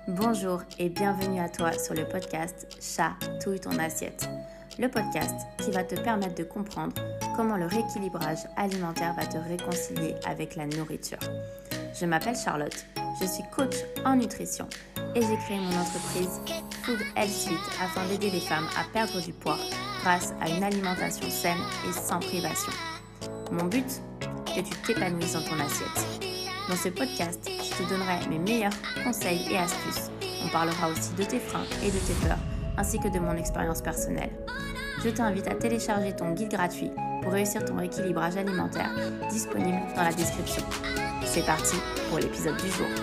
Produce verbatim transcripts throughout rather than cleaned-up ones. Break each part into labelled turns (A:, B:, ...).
A: Bonjour et bienvenue à toi sur le podcast Chatouille ton assiette. Le podcast qui va te permettre de comprendre comment le rééquilibrage alimentaire va te réconcilier avec la nourriture. Je m'appelle Charlotte, je suis coach en nutrition et j'ai créé mon entreprise Food Health Suite afin d'aider les femmes à perdre du poids grâce à une alimentation saine et sans privation. Mon but, que tu t'épanouisses dans ton assiette. Dans ce podcast, je te donnerai mes meilleurs conseils et astuces. On parlera aussi de tes freins et de tes peurs, ainsi que de mon expérience personnelle. Je t'invite à télécharger ton guide gratuit pour réussir ton rééquilibrage alimentaire, disponible dans la description. C'est parti pour l'épisode du jour.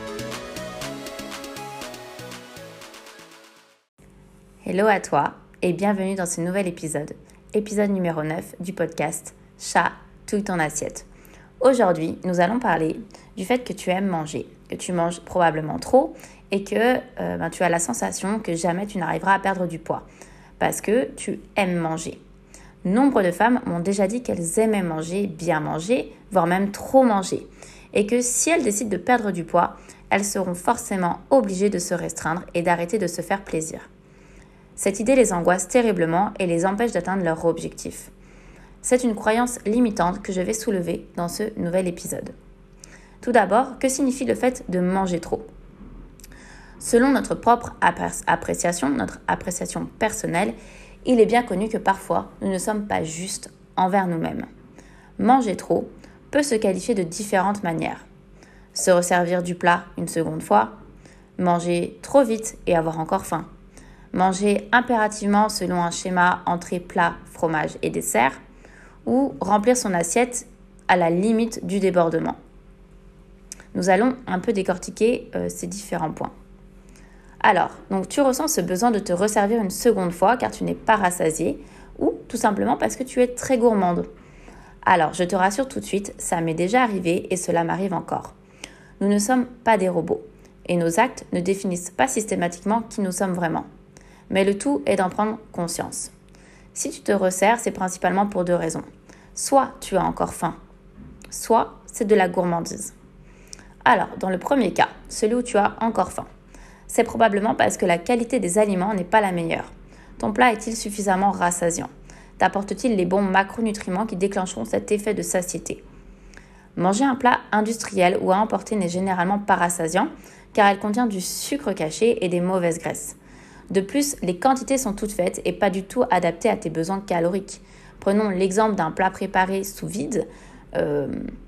A: Hello à toi et bienvenue dans ce nouvel épisode, épisode numéro neuf du podcast Chatouille ton assiette. Aujourd'hui, nous allons parler du fait que tu aimes manger, que tu manges probablement trop et que euh, ben, tu as la sensation que jamais tu n'arriveras à perdre du poids parce que tu aimes manger. Nombre de femmes m'ont déjà dit qu'elles aimaient manger, bien manger, voire même trop manger et que si elles décident de perdre du poids, elles seront forcément obligées de se restreindre et d'arrêter de se faire plaisir. Cette idée les angoisse terriblement et les empêche d'atteindre leur objectif. C'est une croyance limitante que je vais soulever dans ce nouvel épisode. Tout d'abord, que signifie le fait de manger trop ? Selon notre propre appréciation, notre appréciation personnelle, il est bien connu que parfois, nous ne sommes pas justes envers nous-mêmes. Manger trop peut se qualifier de différentes manières. Se resservir du plat une seconde fois, manger trop vite et avoir encore faim, manger impérativement selon un schéma entrée, plat, fromage et dessert, ou remplir son assiette à la limite du débordement. Nous allons un peu décortiquer euh, ces différents points. Alors, donc tu ressens ce besoin de te resservir une seconde fois car tu n'es pas rassasié ou tout simplement parce que tu es très gourmande. Alors, je te rassure tout de suite, ça m'est déjà arrivé et cela m'arrive encore. Nous ne sommes pas des robots et nos actes ne définissent pas systématiquement qui nous sommes vraiment. Mais le tout est d'en prendre conscience. Si tu te resserres, c'est principalement pour deux raisons. Soit tu as encore faim, soit c'est de la gourmandise. Alors, dans le premier cas, celui où tu as encore faim, c'est probablement parce que la qualité des aliments n'est pas la meilleure. Ton plat est-il suffisamment rassasiant ? T'apporte-t-il les bons macronutriments qui déclencheront cet effet de satiété ? Manger un plat industriel ou à emporter n'est généralement pas rassasiant car elle contient du sucre caché et des mauvaises graisses. De plus, les quantités sont toutes faites et pas du tout adaptées à tes besoins caloriques. Prenons l'exemple d'un plat préparé sous vide. Euh,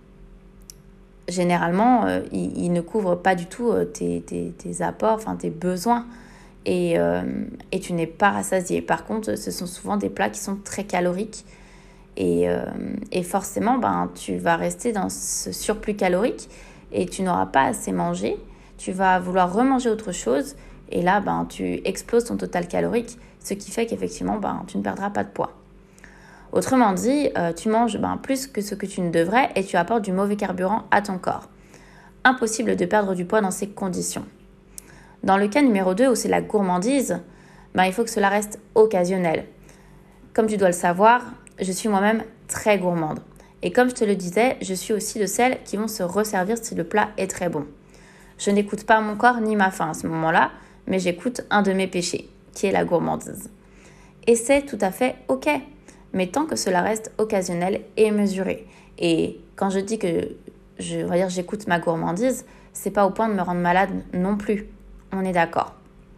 A: généralement, euh, il, il ne couvre pas du tout euh, tes, tes, tes apports, enfin tes besoins et, euh, et tu n'es pas rassasié. Par contre, ce sont souvent des plats qui sont très caloriques et, euh, et forcément, ben, tu vas rester dans ce surplus calorique et tu n'auras pas assez mangé. Tu vas vouloir remanger autre chose. Et là, ben, tu exploses ton total calorique, ce qui fait qu'effectivement, ben, tu ne perdras pas de poids. Autrement dit, euh, tu manges ben, plus que ce que tu ne devrais et tu apportes du mauvais carburant à ton corps. Impossible de perdre du poids dans ces conditions. Dans le cas numéro deux, où c'est la gourmandise, ben, il faut que cela reste occasionnel. Comme tu dois le savoir, je suis moi-même très gourmande. Et comme je te le disais, je suis aussi de celles qui vont se resservir si le plat est très bon. Je n'écoute pas mon corps ni ma faim à ce moment-là, mais j'écoute un de mes péchés, qui est la gourmandise. Et c'est tout à fait ok, mais tant que cela reste occasionnel et mesuré. Et quand je dis que je, on va dire, j'écoute ma gourmandise, c'est pas au point de me rendre malade non plus. On est d'accord.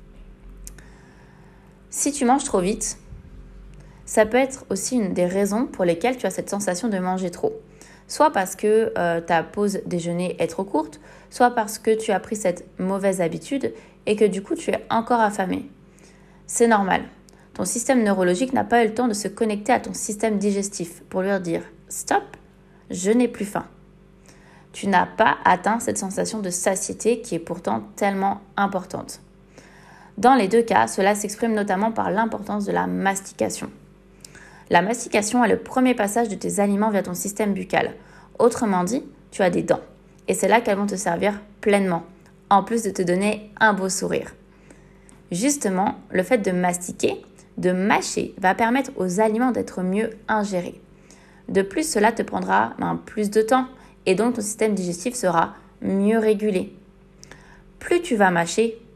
A: Si tu manges trop vite, ça peut être aussi une des raisons pour lesquelles tu as cette sensation de manger trop. Soit parce que euh, ta pause déjeuner est trop courte, soit parce que tu as pris cette mauvaise habitude et que du coup tu es encore affamé. C'est normal. Ton système neurologique n'a pas eu le temps de se connecter à ton système digestif pour lui dire « Stop, je n'ai plus faim ». Tu n'as pas atteint cette sensation de satiété qui est pourtant tellement importante. Dans les deux cas, cela s'exprime notamment par l'importance de la mastication. La mastication est le premier passage de tes aliments vers ton système buccal. Autrement dit, tu as des dents. Et c'est là qu'elles vont te servir pleinement, en plus de te donner un beau sourire. Justement, le fait de mastiquer, de mâcher, va permettre aux aliments d'être mieux ingérés. De plus, cela te prendra ben, plus de temps et donc ton système digestif sera mieux régulé. Plus tu vas mâcher,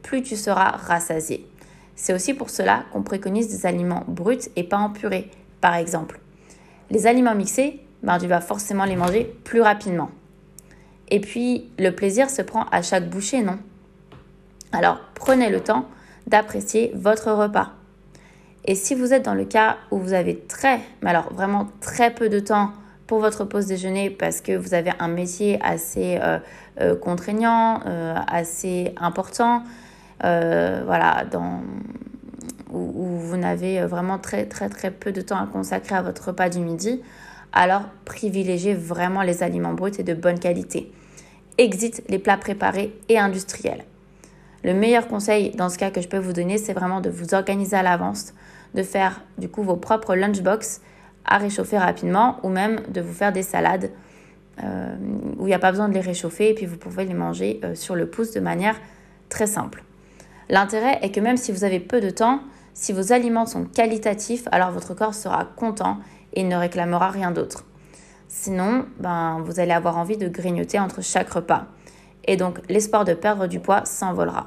A: plus tu seras rassasié. C'est aussi pour cela qu'on préconise des aliments bruts et pas en purée, par exemple. Les aliments mixés, ben, tu vas forcément les manger plus rapidement. Et puis, le plaisir se prend à chaque bouchée, non? Alors, prenez le temps d'apprécier votre repas. Et si vous êtes dans le cas où vous avez très, mais alors vraiment très peu de temps pour votre pause déjeuner parce que vous avez un métier assez euh, euh, contraignant, euh, assez important, euh, voilà, dans, où, où vous n'avez vraiment très très très peu de temps à consacrer à votre repas du midi, alors privilégiez vraiment les aliments bruts et de bonne qualité. Exit les plats préparés et industriels. Le meilleur conseil dans ce cas que je peux vous donner, c'est vraiment de vous organiser à l'avance, de faire du coup vos propres lunchbox à réchauffer rapidement ou même de vous faire des salades euh, où il n'y a pas besoin de les réchauffer et puis vous pouvez les manger euh, sur le pouce de manière très simple. L'intérêt est que même si vous avez peu de temps, si vos aliments sont qualitatifs, alors votre corps sera content et il ne réclamera rien d'autre. Sinon, ben, vous allez avoir envie de grignoter entre chaque repas. Et donc, l'espoir de perdre du poids s'envolera.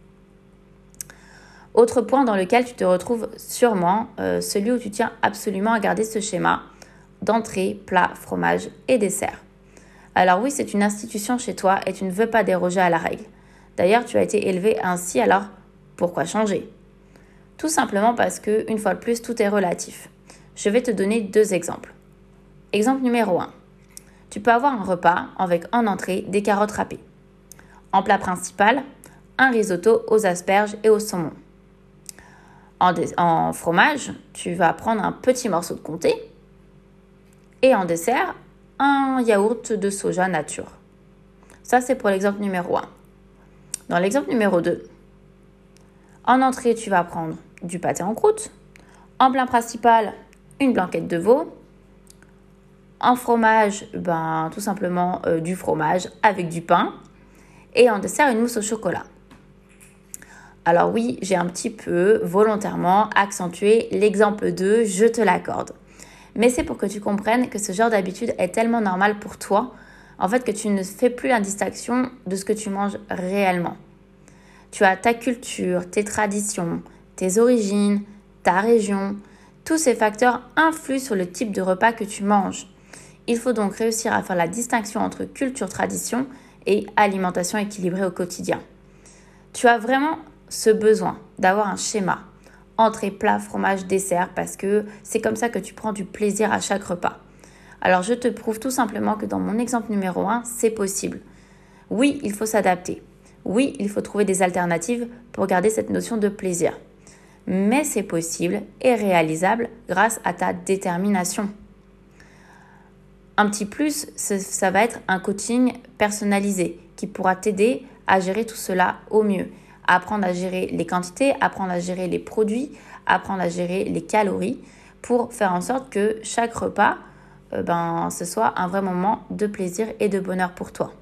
A: Autre point dans lequel tu te retrouves sûrement, euh, celui où tu tiens absolument à garder ce schéma d'entrée, plat, fromage et dessert. Alors oui, c'est une institution chez toi et tu ne veux pas déroger à la règle. D'ailleurs, tu as été élevé ainsi, alors pourquoi changer? Tout simplement parce que, une fois de plus, tout est relatif. Je vais te donner deux exemples. Exemple numéro un. Tu peux avoir un repas avec en entrée des carottes râpées. En plat principal, un risotto aux asperges et au saumon. En, dé- en fromage, tu vas prendre un petit morceau de comté. Et en dessert, un yaourt de soja nature. Ça, c'est pour l'exemple numéro un. Dans l'exemple numéro deux, en entrée, tu vas prendre du pâté en croûte. En plat principal, une blanquette de veau. En fromage, ben, tout simplement euh, du fromage avec du pain. Et en dessert, une mousse au chocolat. Alors oui, j'ai un petit peu volontairement accentué l'exemple deux, je te l'accorde. Mais c'est pour que tu comprennes que ce genre d'habitude est tellement normal pour toi, en fait, que tu ne fais plus la distinction de ce que tu manges réellement. Tu as ta culture, tes traditions, tes origines, ta région. Tous ces facteurs influent sur le type de repas que tu manges. Il faut donc réussir à faire la distinction entre culture-tradition et alimentation équilibrée au quotidien. Tu as vraiment ce besoin d'avoir un schéma, entrée, plat, fromage, dessert, parce que c'est comme ça que tu prends du plaisir à chaque repas. Alors je te prouve tout simplement que dans mon exemple numéro un, c'est possible. Oui, il faut s'adapter. Oui, il faut trouver des alternatives pour garder cette notion de plaisir. Mais c'est possible et réalisable grâce à ta détermination. Un petit plus, ça va être un coaching personnalisé qui pourra t'aider à gérer tout cela au mieux. Apprendre à gérer les quantités, apprendre à gérer les produits, apprendre à gérer les calories pour faire en sorte que chaque repas, euh, ben, ce soit un vrai moment de plaisir et de bonheur pour toi.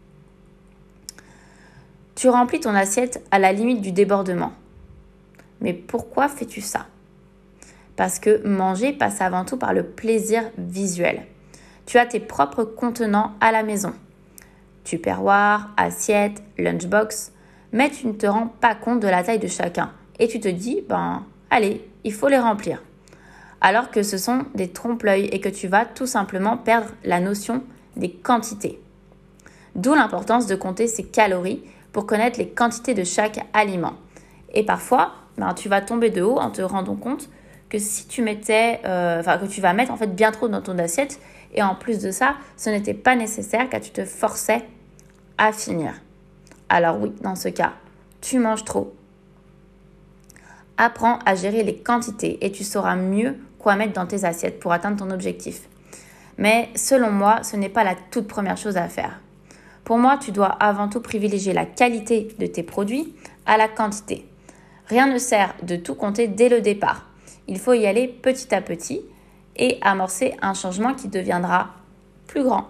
A: Tu remplis ton assiette à la limite du débordement. Mais pourquoi fais-tu ça? Parce que manger passe avant tout par le plaisir visuel. Tu as tes propres contenants à la maison. Tupperware, assiette, lunchbox. Mais tu ne te rends pas compte de la taille de chacun. Et tu te dis, ben, allez, il faut les remplir. Alors que ce sont des trompe-l'œil et que tu vas tout simplement perdre la notion des quantités. D'où l'importance de compter ses calories pour connaître les quantités de chaque aliment. Et parfois, ben, tu vas tomber de haut en te rendant compte que si tu mettais, euh, enfin que tu vas mettre en fait bien trop dans ton assiette. Et en plus de ça, ce n'était pas nécessaire car tu te forçais à finir. Alors oui, dans ce cas, tu manges trop. Apprends à gérer les quantités et tu sauras mieux quoi mettre dans tes assiettes pour atteindre ton objectif. Mais selon moi, ce n'est pas la toute première chose à faire. Pour moi, tu dois avant tout privilégier la qualité de tes produits à la quantité. Rien ne sert de tout compter dès le départ. Il faut y aller petit à petit et amorcer un changement qui deviendra plus grand.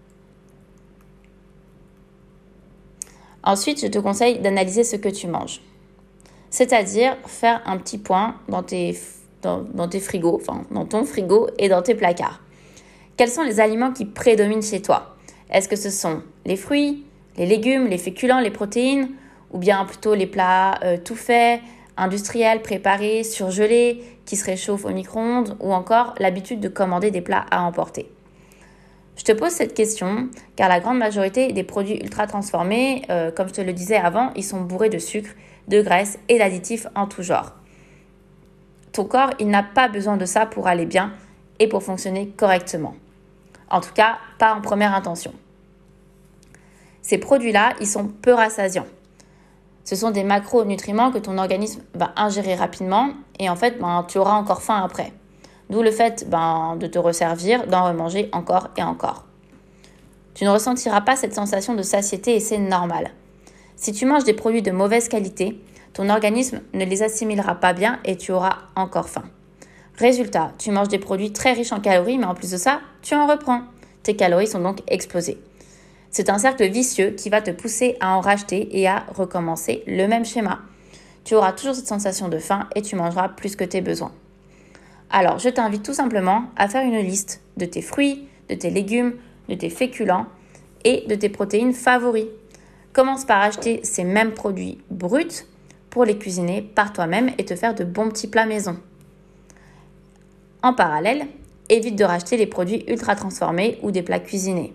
A: Ensuite, je te conseille d'analyser ce que tu manges. C'est-à-dire faire un petit point dans tes, dans, dans tes frigos, enfin dans ton frigo et dans tes placards. Quels sont les aliments qui prédominent chez toi? Est-ce que ce sont les fruits, les légumes, les féculents, les protéines ou bien plutôt les plats euh, tout faits, industriels, préparés, surgelés, qui se réchauffent au micro-ondes, ou encore l'habitude de commander des plats à emporter. Je te pose cette question car la grande majorité des produits ultra transformés, euh, comme je te le disais avant, ils sont bourrés de sucre, de graisse et d'additifs en tout genre. Ton corps, il n'a pas besoin de ça pour aller bien et pour fonctionner correctement. En tout cas, pas en première intention. Ces produits-là, ils sont peu rassasiants. Ce sont des macronutriments que ton organisme va ingérer rapidement et en fait, ben, tu auras encore faim après. D'où le fait ben, de te resservir, d'en remanger encore et encore. Tu ne ressentiras pas cette sensation de satiété et c'est normal. Si tu manges des produits de mauvaise qualité, ton organisme ne les assimilera pas bien et tu auras encore faim. Résultat, tu manges des produits très riches en calories, mais en plus de ça, tu en reprends. Tes calories sont donc explosées. C'est un cercle vicieux qui va te pousser à en racheter et à recommencer le même schéma. Tu auras toujours cette sensation de faim et tu mangeras plus que tes besoins. Alors, je t'invite tout simplement à faire une liste de tes fruits, de tes légumes, de tes féculents et de tes protéines favoris. Commence par acheter ces mêmes produits bruts pour les cuisiner par toi-même et te faire de bons petits plats maison. En parallèle, évite de racheter les produits ultra transformés ou des plats cuisinés.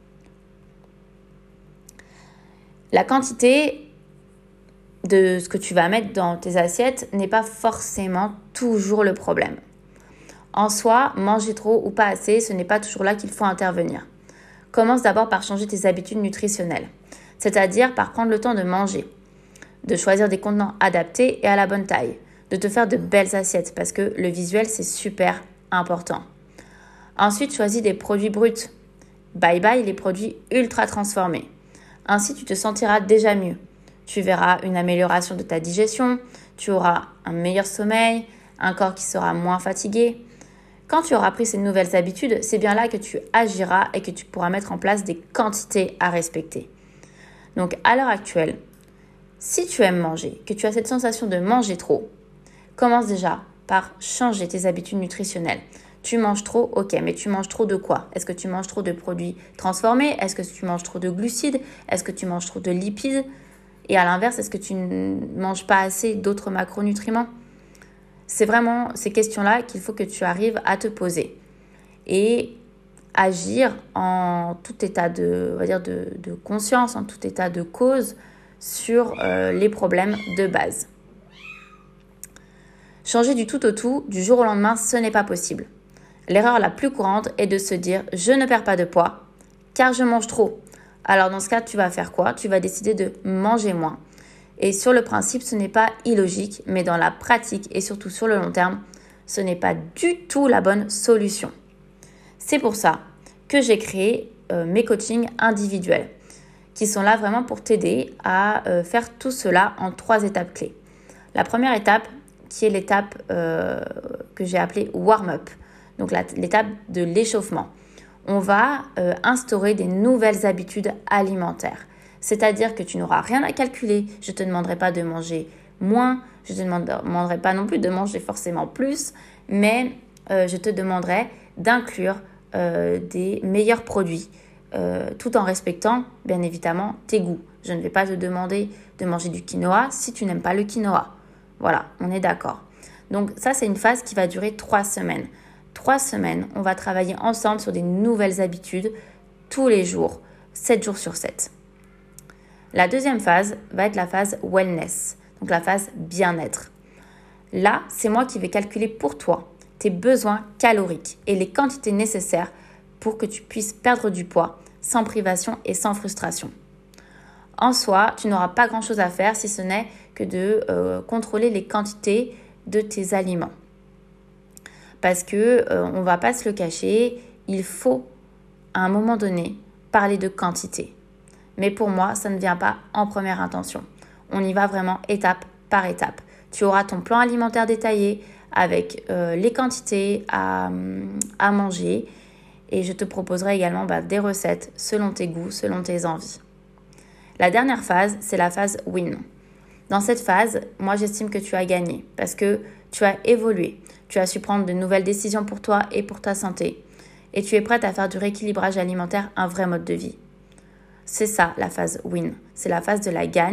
A: La quantité de ce que tu vas mettre dans tes assiettes n'est pas forcément toujours le problème. En soi, manger trop ou pas assez, ce n'est pas toujours là qu'il faut intervenir. Commence d'abord par changer tes habitudes nutritionnelles, c'est-à-dire par prendre le temps de manger, de choisir des contenants adaptés et à la bonne taille, de te faire de belles assiettes parce que le visuel, c'est super important. Ensuite, choisis des produits bruts. Bye bye les produits ultra transformés. Ainsi, tu te sentiras déjà mieux. Tu verras une amélioration de ta digestion, tu auras un meilleur sommeil, un corps qui sera moins fatigué. Quand tu auras pris ces nouvelles habitudes, c'est bien là que tu agiras et que tu pourras mettre en place des quantités à respecter. Donc, à l'heure actuelle, si tu aimes manger, que tu as cette sensation de manger trop, commence déjà par changer tes habitudes nutritionnelles. Tu manges trop, ok, mais tu manges trop de quoi? Est-ce que tu manges trop de produits transformés? Est-ce que tu manges trop de glucides? Est-ce que tu manges trop de lipides? Et à l'inverse, est-ce que tu ne manges pas assez d'autres macronutriments? C'est vraiment ces questions-là qu'il faut que tu arrives à te poser et agir en tout état de, on va dire de, de conscience, en tout état de cause sur euh, les problèmes de base. Changer du tout au tout, du jour au lendemain, ce n'est pas possible. L'erreur la plus courante est de se dire « je ne perds pas de poids car je mange trop ». Alors dans ce cas, tu vas faire quoi? Tu vas décider de manger moins. Et sur le principe, ce n'est pas illogique, mais dans la pratique et surtout sur le long terme, ce n'est pas du tout la bonne solution. C'est pour ça que j'ai créé euh, mes coachings individuels qui sont là vraiment pour t'aider à euh, faire tout cela en trois étapes clés. La première étape, qui est l'étape euh, que j'ai appelée warm-up, donc la, l'étape de l'échauffement. On va euh, instaurer des nouvelles habitudes alimentaires. C'est-à-dire que tu n'auras rien à calculer. Je ne te demanderai pas de manger moins, je ne te demanderai pas non plus de manger forcément plus, mais euh, je te demanderai d'inclure euh, des meilleurs produits euh, tout en respectant bien évidemment tes goûts. Je ne vais pas te demander de manger du quinoa si tu n'aimes pas le quinoa. Voilà, on est d'accord. Donc ça, c'est une phase qui va durer trois semaines. Trois semaines, on va travailler ensemble sur des nouvelles habitudes tous les jours, sept jours sur sept. La deuxième phase va être la phase wellness, donc la phase bien-être. Là, c'est moi qui vais calculer pour toi tes besoins caloriques et les quantités nécessaires pour que tu puisses perdre du poids sans privation et sans frustration. En soi, tu n'auras pas grand-chose à faire si ce n'est que de euh, contrôler les quantités de tes aliments. Parce que euh, on ne va pas se le cacher, il faut à un moment donné parler de quantité. Mais pour moi, ça ne vient pas en première intention. On y va vraiment étape par étape. Tu auras ton plan alimentaire détaillé avec euh, les quantités à, à manger. Et je te proposerai également bah, des recettes selon tes goûts, selon tes envies. La dernière phase, c'est la phase win. Dans cette phase, moi, j'estime que tu as gagné parce que tu as évolué. Tu as su prendre de nouvelles décisions pour toi et pour ta santé. Et tu es prête à faire du rééquilibrage alimentaire un vrai mode de vie. C'est ça la phase win, c'est la phase de la gagne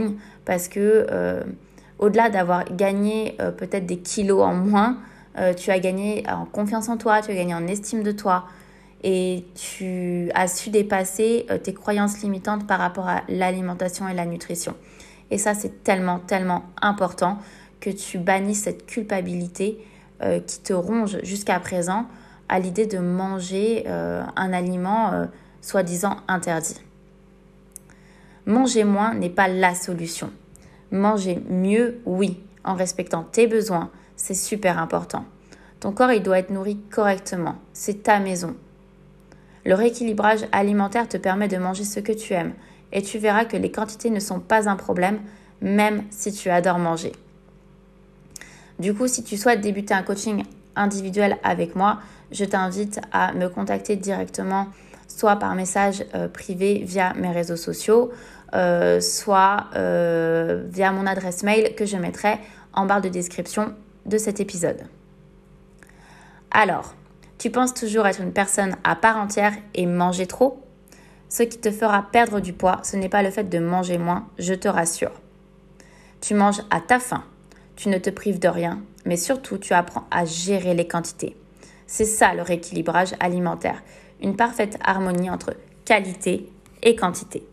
A: parce que euh, au-delà d'avoir gagné euh, peut-être des kilos en moins, euh, tu as gagné en confiance en toi, tu as gagné en estime de toi et tu as su dépasser euh, tes croyances limitantes par rapport à l'alimentation et la nutrition. Et ça, c'est tellement, tellement important que tu bannisses cette culpabilité euh, qui te ronge jusqu'à présent à l'idée de manger euh, un aliment euh, soi-disant interdit. Manger moins n'est pas la solution. Manger mieux, oui, en respectant tes besoins, c'est super important. Ton corps, il doit être nourri correctement. C'est ta maison. Le rééquilibrage alimentaire te permet de manger ce que tu aimes et tu verras que les quantités ne sont pas un problème, même si tu adores manger. Du coup, si tu souhaites débuter un coaching individuel avec moi, je t'invite à me contacter directement, soit par message euh, privé via mes réseaux sociaux, euh, soit euh, via mon adresse mail que je mettrai en barre de description de cet épisode. Alors, tu penses toujours être une personne à part entière et manger trop ? Ce qui te fera perdre du poids, ce n'est pas le fait de manger moins, je te rassure. Tu manges à ta faim, tu ne te prives de rien, mais surtout tu apprends à gérer les quantités. C'est ça le rééquilibrage alimentaire, une parfaite harmonie entre qualité et quantité.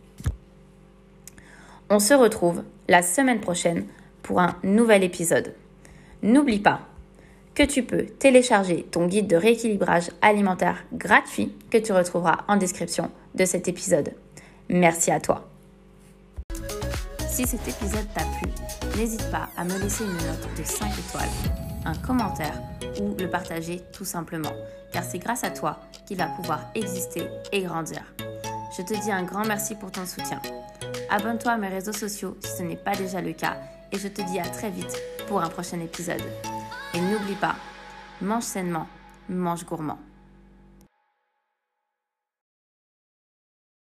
A: On se retrouve la semaine prochaine pour un nouvel épisode. N'oublie pas que tu peux télécharger ton guide de rééquilibrage alimentaire gratuit que tu retrouveras en description de cet épisode. Merci à toi. Si cet épisode t'a plu, n'hésite pas à me laisser une note de cinq étoiles, un commentaire ou le partager tout simplement, car c'est grâce à toi qu'il va pouvoir exister et grandir. Je te dis un grand merci pour ton soutien. Abonne-toi à mes réseaux sociaux si ce n'est pas déjà le cas et je te dis à très vite pour un prochain épisode. Et n'oublie pas, mange sainement, mange gourmand.